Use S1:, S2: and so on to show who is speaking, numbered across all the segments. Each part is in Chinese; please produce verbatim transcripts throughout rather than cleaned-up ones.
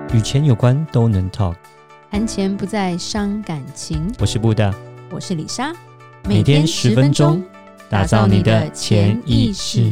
S1: 与钱有关都能 talk，
S2: 谈钱不再伤感情。
S1: 我是布大，
S2: 我是李莎，
S1: 每天十分钟，打造你的潜意识，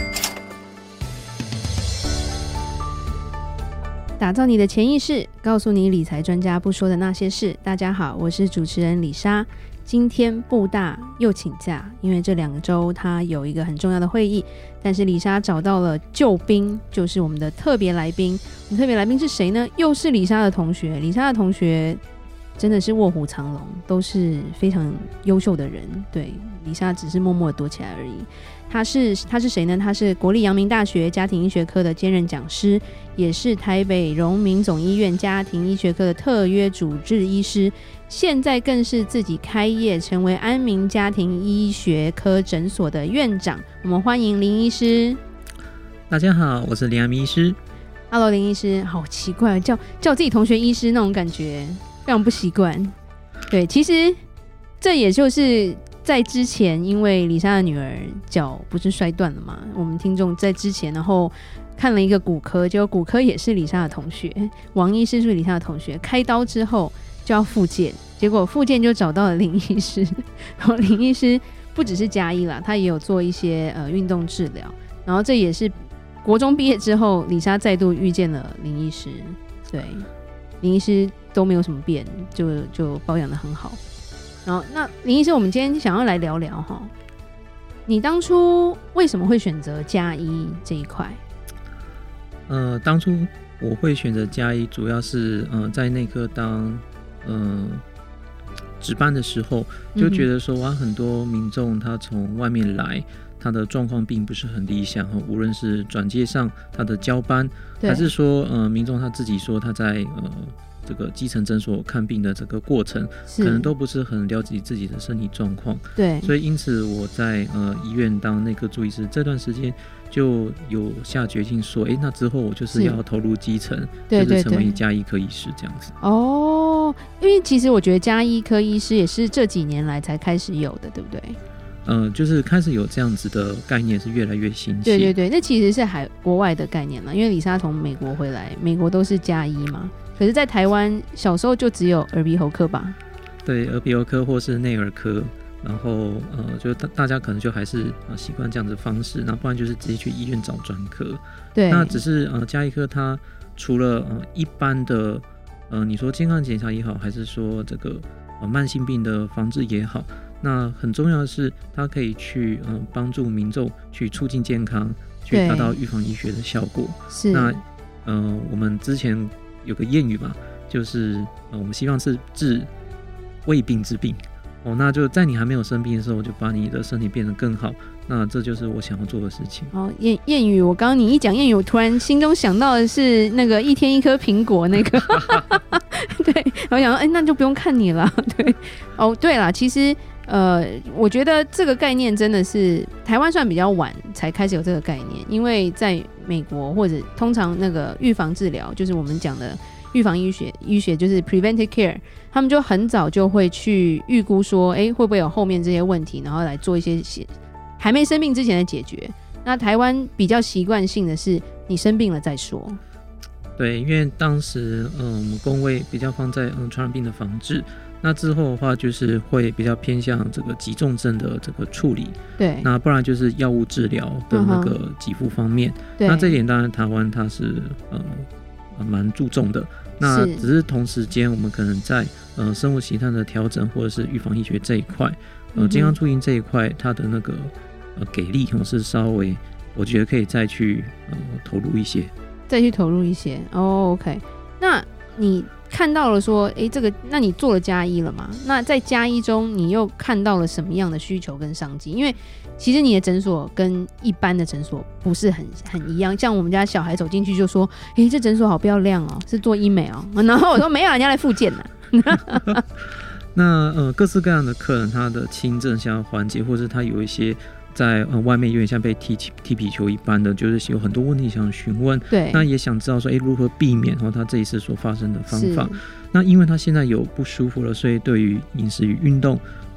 S2: 打造你的潜意识，告诉你理财专家不说的那些事。大家好，我是主持人李莎。今天布大又请假，因为这两周他有一个很重要的会议，但是李莎找到了救兵，就是我们的特别来宾。我们特别来宾是谁呢？又是李莎的同学。李莎的同学真的是卧虎藏龙，都是非常优秀的人。对，李莎只是默默地躲起来而已。他是他是谁呢？他是国立阳明大学家庭医学科的兼任讲师，也是台北荣民总医院家庭医学科的特约主治医师，现在更是自己开业成为安民家庭医学科诊所的院长。我们欢迎林医师。
S3: 大家好，我是林安民医师。
S2: Hello， 林医师，好奇怪，叫叫自己同学医师那种感觉，非常不习惯。对，其实这也就是在之前，因为李莎的女儿脚不是摔断了嘛，我们听众在之前，然后看了一个骨科，结果骨科也是李莎的同学，王医师是李莎的同学，开刀之后就要复健，结果复健就找到了林医师，然后林医师不只是家医啦，他也有做一些呃运动治疗，然后这也是国中毕业之后，李莎再度遇见了林医师，对，林医师都没有什么变，就就保养得很好。然后，那林医师，我们今天想要来聊聊哈，你当初为什么会选择家医这一块？
S3: 呃，当初我会选择家医，主要是呃在内科当呃值班的时候，就觉得说哇，很多民众他从外面来，他的状况并不是很理想，无论是转介上他的交班，还是说呃民众他自己说他在呃。这个基层诊所看病的这个过程，可能都不是很了解自己的身体状况。
S2: 对，
S3: 所以因此我在呃医院当内科助医师这段时间，就有下决心说，哎，那之后我就是要投入基层，
S2: 对对对，
S3: 就是成为家医科医师这样子。
S2: 哦，因为其实我觉得家医科医师也是这几年来才开始有的，对不对？
S3: 呃，就是开始有这样子的概念是越来越新奇。
S2: 对对对，那其实是海国外的概念嘛，因为李莎从美国回来，美国都是家医嘛。可是在台湾小时候就只有耳鼻喉科吧？
S3: 对，耳鼻喉科或是内耳科，然后呃，就大家可能就还是呃习惯这样子的方式，那不然就是直接去医院找专科。
S2: 对，
S3: 那只是呃家医科它除了呃一般的呃你说健康检查也好，还是说这个呃慢性病的防治也好，那很重要的是它可以去呃帮助民众去促进健康，去达到预防医学的效果。
S2: 是
S3: 那呃我们之前有个谚语嘛，就是呃，我们希望是治未病之病哦，那就在你还没有生病的时候，我就把你的身体变得更好，那这就是我想要做的事情。
S2: 哦，谚谚语，我刚刚你一讲谚语，我突然心中想到的是那个一天一颗苹果那个，对，我想说，哎、欸，那就不用看你了，对，哦，对啦，其实。呃，我觉得这个概念真的是台湾算比较晚才开始有这个概念，因为在美国或者通常那个预防治疗，就是我们讲的预防医学，医学就是 preventive care， 他们就很早就会去预估说，哎，会不会有后面这些问题，然后来做一些还没生病之前的解决。那台湾比较习惯性的是，你生病了再说。
S3: 对，因为当时嗯，我们公卫比较放在嗯传染病的防治。那之后的话，就是会比较偏向这个急重症的这个处理，
S2: 对。
S3: 那不然就是药物治疗的那个给付方面。嗯、那这一点当然台湾它是呃蛮注重的。那只是同时间，我们可能在呃生物形态的调整或者是预防医学这一块，呃健康促进这一块，它的那个呃给力或是稍微，我觉得可以再去呃投入一些，
S2: 再去投入一些。哦 ，OK， 那你。看到了说，哎，这个，那你做了家医了嘛？那在家医中，你又看到了什么样的需求跟商机？因为其实你的诊所跟一般的诊所不是很很一样。像我们家小孩走进去就说，哎，这诊所好漂亮哦，是做医美哦。然后我说没有，人家来复健呢。
S3: 那呃，各式各样的客人，他的轻症像缓解，或是他有一些。在、呃、外面有点像被 踢, 踢皮球一般的，就是有很多问题想询问，
S2: 对，
S3: 那也想知道说，哎，如何避免然后他这一次所发生的方法。那因为他现在有不舒服了，所以对于饮食与运动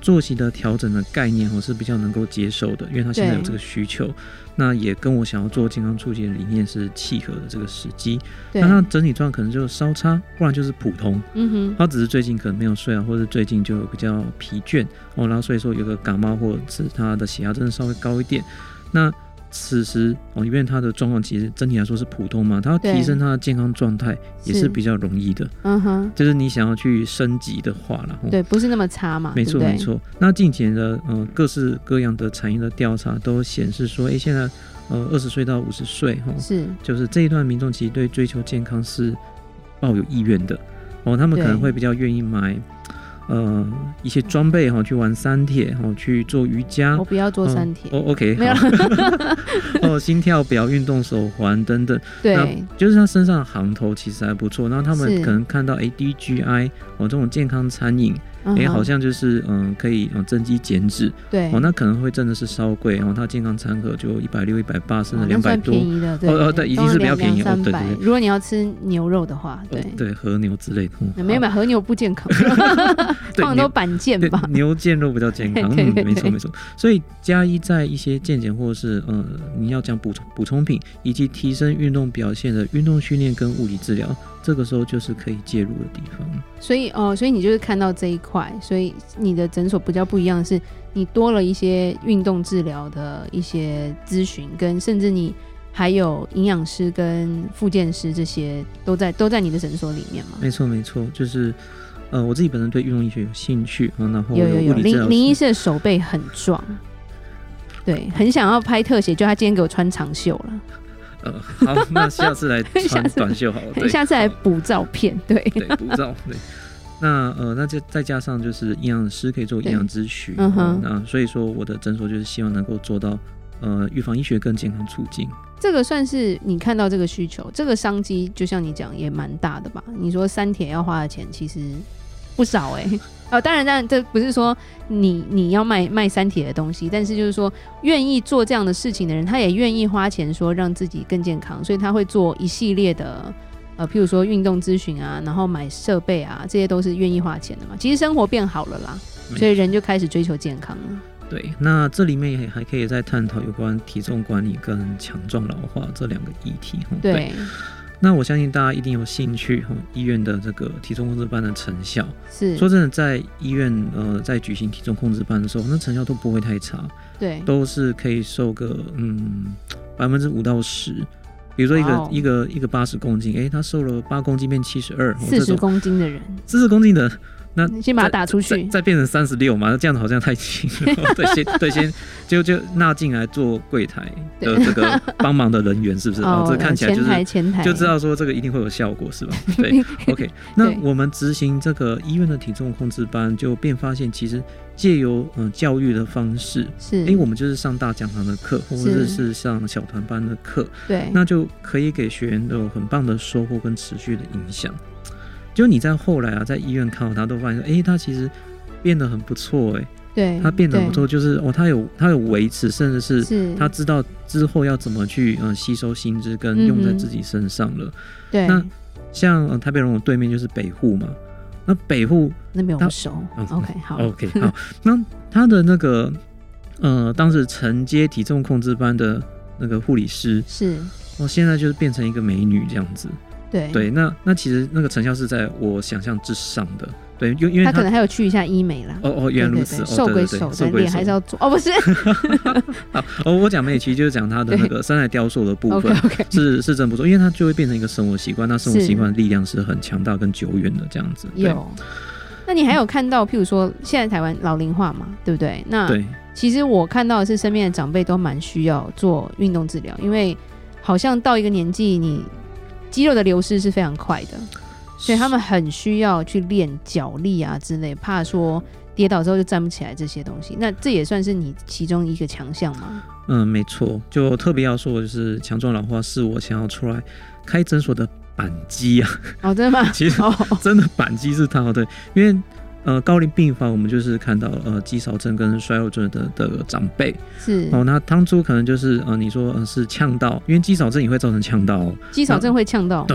S3: 作息的调整的概念我是比较能够接受的，因为他现在有这个需求，那也跟我想要做健康促进的理念是契合的这个时机。那他整体状况可能就稍差，不然就是普通。嗯哼，他只是最近可能没有睡啊，或者最近就比较疲倦哦，然后所以说有个感冒，或者是他的血压真的稍微高一点。那此时哦，因为他的状况其实整体来说是普通嘛，他要提升他的健康状态也是比较容易的。嗯哼，就是你想要去升级的话啦，对，
S2: 不是那么差嘛。
S3: 没错没错。那近几年的呃各式各样的产业的调查都显示说，哎、欸，现在呃二十岁到五十岁哈，是就是这一段民众其实对追求健康是抱有意愿的哦，他们可能会比较愿意买。呃，一些装备哈，去玩三铁哈，去做瑜伽。
S2: 我不要做三铁。
S3: 哦, 哦 ，OK，
S2: 没有。
S3: 哦，心跳表、运动手环等等。对，就是他身上的行头其实还不错。然后他们可能看到哎 ，D G I 哦这种健康餐饮。哎、uh-huh 欸，好像就是嗯，可以嗯增肌减脂，对，哦，那可能会真的是稍贵，然后它健康餐盒就一百六、一百八，甚至两百多，
S2: 便宜的，对，
S3: 哦哦，对，已经是比较便宜哦，对对对。
S2: 如果你要吃牛肉的话，对、哦、
S3: 对，和牛之类的，
S2: 嗯、没有买和牛不健康，通常都板腱吧，
S3: 牛腱肉比较健康，嗯，没错没错。所以加一在一些健检或者是呃你要讲补充补充品，以及提升运动表现的运动训练跟物理治疗。这个时候就是可以介入的地方，
S2: 所以哦，所以你就是看到这一块，所以你的诊所比较不一样的是，你多了一些运动治疗的一些咨询，跟甚至你还有营养师跟复健师这些都在都在你的诊所里面吗？
S3: 没错没错，就是呃我自己本身对运动医学有兴趣，然后
S2: 有有有，林林医师的手背很壮，对，很想要拍特写，就他今天给我穿长袖了。
S3: 呃，好，那下次来穿短袖好了。对，
S2: 下次来补照片，对，
S3: 对，补照，对。那呃，那再加上就是营养师可以做营养咨询，嗯哼，那所以说我的诊所就是希望能够做到呃预防医学跟健康促进。
S2: 这个算是你看到这个需求，这个商机就像你讲也蛮大的吧？你说三铁要花的钱其实不少哎、欸。哦，当然，当然，这不是说你你要卖卖三铁的东西，但是就是说，愿意做这样的事情的人，他也愿意花钱说让自己更健康，所以他会做一系列的，呃，譬如说运动咨询啊，然后买设备啊，这些都是愿意花钱的嘛。其实生活变好了啦，所以人就开始追求健康了。
S3: 对，那这里面也还可以再探讨有关体重管理跟强壮老化这两个议题。对。对，那我相信大家一定有兴趣医院的这个体重控制班的成效。是，说真的，在医院呃在举行体重控制班的时候，那成效都不会太差。对，都是可以瘦个嗯百分之五到十。比如说一个、wow. 一个一个八十公斤，哎、欸，他瘦了八公斤变七十二，
S2: 四十公斤的人，
S3: 四十公斤的。那
S2: 先把它打出去，
S3: 再, 再变成三十六嘛？这样子好像太轻了。对，先对先就就纳进来做柜台的这个帮忙的人员，是不是？哦，这看起来就是前台前台就知道说这个一定会有效果，是吧？对 ，OK。那我们执行这个医院的体重控制班，就便发现其实借由嗯教育的方式，是，哎、欸，我们就是上大讲堂的课，或者是上小团班的课，对，那就可以给学员有很棒的收获跟持续的影响。就你在后来啊，在医院看到他，都发现说，哎、欸，他其实变得很不错，哎，对，他变得很不错，就是哦，他有他有维持，甚至是他知道之后要怎么去嗯吸收新知跟用在自己身上了。对、嗯，那像、呃、台北荣总对面就是北护嘛，那北护
S2: 那边我不熟、嗯、，OK 好
S3: ，OK 好，那他的那个呃当时承接体重控制班的那个护理师是，哦，现在就是变成一个美女这样子。对, 对，那那其实那个成效是在我想象之上的，对，因为因为 他,
S2: 他可能还有去一下医美啦。
S3: 哦哦，原来如此，
S2: 瘦归瘦，但脸还是要做。哦，不是，
S3: 好，哦，我讲美其实就是讲他的那个三台雕塑的部分， okay, okay. 是是真不错，因为它就会变成一个生活习惯，那生活习惯的力量是很强大跟久远的这样子。有，
S2: 那你还有看到，譬如说现在台湾老龄化嘛，对不对？那对，其实我看到的是身边的长辈都蛮需要做运动治疗，因为好像到一个年纪你。肌肉的流失是非常快的，所以他们很需要去练脚力啊之类，怕说跌倒之后就站不起来这些东西。那这也算是你其中一个强项吗？
S3: 嗯，没错，就特别要说的就是强壮老化是我想要出来开诊所的扳机啊。
S2: 哦，真的吗？
S3: 其实真的扳机是他，对，因为呃高龄病房我们就是看到呃肌少症跟衰弱症 的, 的长辈是哦，那当初可能就是呃你说、呃、是呛到，因为肌少症也会造成呛到哦，
S2: 肌少症会呛到，
S3: 对。
S2: 哦，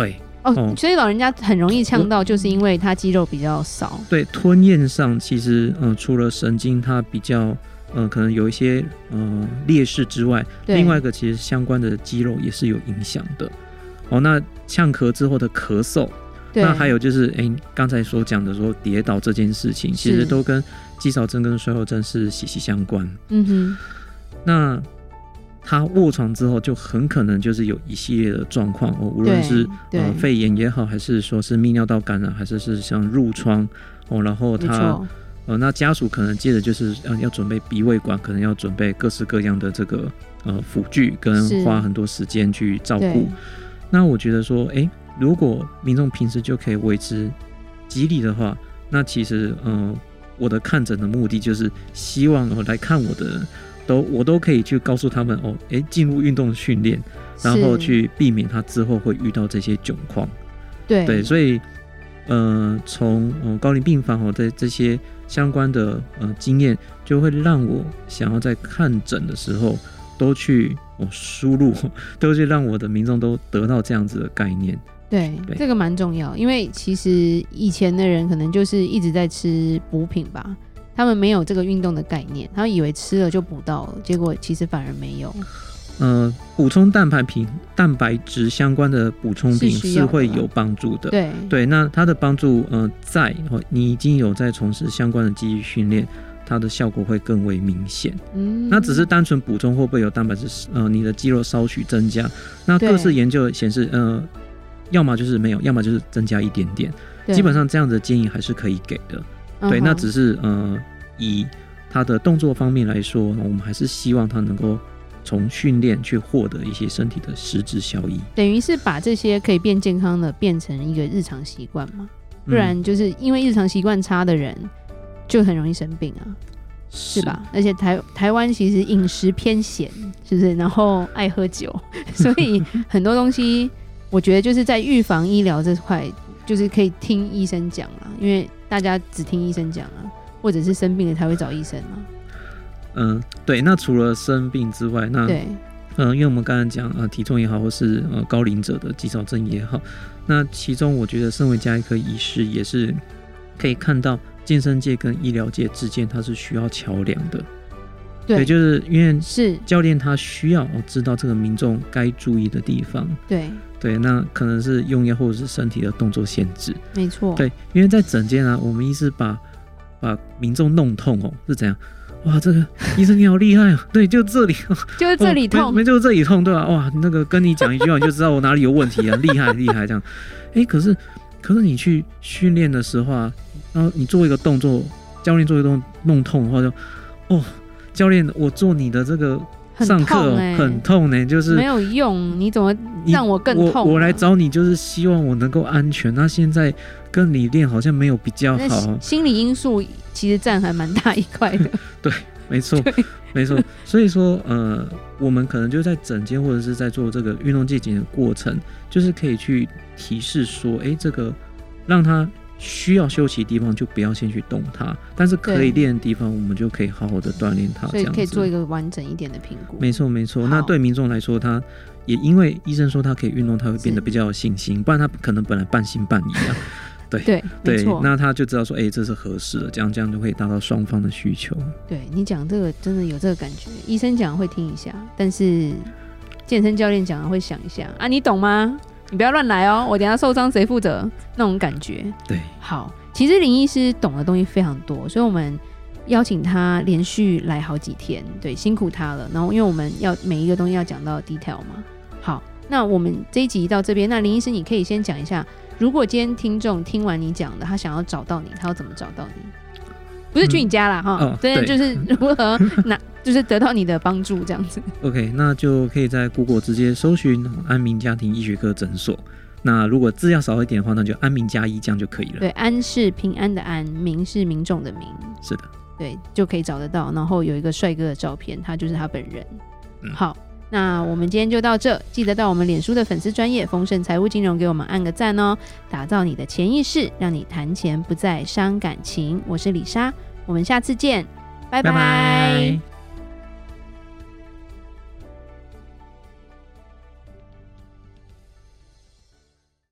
S2: 哦，哦所以老人家很容易呛到，就是因为他肌肉比较少。
S3: 对，吞咽上其实呃除了神经它比较呃可能有一些呃劣势之外，另外一个其实相关的肌肉也是有影响的。哦，那呛咳之后的咳嗽，那还有就是哎刚才所讲的说跌倒这件事情，其实都跟肌少症跟衰后症是息息相关。嗯哼，那他卧床之后就很可能就是有一系列的状况，哦，无论是呃肺炎也好，还是说是泌尿道感染，还是是像褥疮哦，然后他呃那家属可能接着就是呃要准备鼻胃管，可能要准备各式各样的这个呃辅具，跟花很多时间去照顾。那我觉得说，哎、欸，如果民众平时就可以维持肌力的话，那其实呃我的看诊的目的就是希望呃来看我的人。都我都可以去告诉他们哦，哎，进入运动训练，然后去避免他之后会遇到这些窘况。
S2: 对
S3: 对，所以呃，从、呃、高龄病房哦的这些相关的呃经验，就会让我想要在看诊的时候都去哦输入，都去让我的民众都得到这样子的概念。
S2: 对，对这个蛮重要，因为其实以前的人可能就是一直在吃补品吧。他们没有这个运动的概念，他们以为吃了就补到了，结果其实反而没有。呃，
S3: 补充蛋白品、蛋白质相关的补充品是会有帮助的。
S2: 对
S3: 对，那它的帮助，呃，在你已经有在从事相关的肌力训练，它的效果会更为明显。嗯，那只是单纯补充会不会有蛋白质？呃，你的肌肉稍许增加。那各式研究显示，呃，要么就是没有，要么就是增加一点点。基本上这样的建议还是可以给的。对，那只是呃，以他的动作方面来说，我们还是希望他能够从训练去获得一些身体的实质效益。
S2: 等于是把这些可以变健康的变成一个日常习惯嘛，不然就是因为日常习惯差的人就很容易生病啊，是, 是吧？而且台台湾其实饮食偏咸，是不是？然后爱喝酒，所以很多东西我觉得就是在预防医疗这块，就是可以听医生讲啦，因为大家只听医生讲啊，或者是生病了才会找医生啊。
S3: 嗯，对。那除了生病之外，那对，呃，因为我们刚才讲呃体重也好，或是呃高龄者的肌少症也好，那其中我觉得身为家医科医师也是可以看到健身界跟医疗界之间它是需要桥梁的。对，对，就是因为是教练他需要知道这个民众该注意的地方。对。对，那可能是用药或者是身体的动作限制，
S2: 没错。
S3: 对，因为在诊间啊，我们医师把把民众弄痛哦，是怎样？哇，这个医生你好厉害啊！对，就这里，
S2: 就是这里痛，
S3: 哦、没, 没就是这里痛，对吧、啊？哇，那个跟你讲一句话你就知道我哪里有问题啊，厉害厉害这样。哎，可是可是你去训练的时候啊，然后你做一个动作，教练做一个动作弄痛的话就，哦，教练我做你的这个。上课很痛呢、欸，就是
S2: 没有用。你怎么让我更痛、啊
S3: 我？我来找你就是希望我能够安全。那现在跟你练好像没有比较好。
S2: 心理因素其实占还蛮大一块的。
S3: 对，没错，没错。所以说，呃，我们可能就在诊间或者是在做这个运动介检的过程，就是可以去提示说，哎、欸，这个让他。需要休息的地方就不要先去动它，但是可以练的地方我们就可以好好的锻炼它，
S2: 所以可以做一个完整一点的评估。
S3: 没错没错，那对民众来说，他也因为医生说他可以运动，他会变得比较有信心，不然他可能本来半信半疑啊。对
S2: 对对，
S3: 那他就知道说，哎、欸，这是合适的，这样这样就可以达到双方的需求。
S2: 对你讲这个真的有这个感觉，医生讲会听一下，但是健身教练讲会想一下啊，你懂吗？你不要乱来哦，我等一下受伤谁负责？那种感觉。
S3: 对，
S2: 好，其实林医师懂的东西非常多，所以我们邀请他连续来好几天，对，辛苦他了。然后，因为我们要每一个东西要讲到 detail 嘛。好，那我们这一集到这边，那林医师你可以先讲一下，如果今天听众听完你讲的，他想要找到你，他要怎么找到你？不是去你家啦，哈、嗯，真的、哦、就是如何拿，就是得到你的帮助这样子。
S3: OK， 那就可以在 Google 直接搜寻安民家庭医学科诊所。那如果字要少一点的话，那就安民加一这样就可以了。
S2: 对，安是平安的安，民是民众的民。
S3: 是的，
S2: 对，就可以找得到。然后有一个帅哥的照片，他就是他本人。嗯、好，那我们今天就到这，记得到我们脸书的粉丝专页丰盛财务金融给我们按个赞哦，打造你的潜意识，让你谈钱不再伤感情。我是李莎，我们下次见，拜拜。拜拜。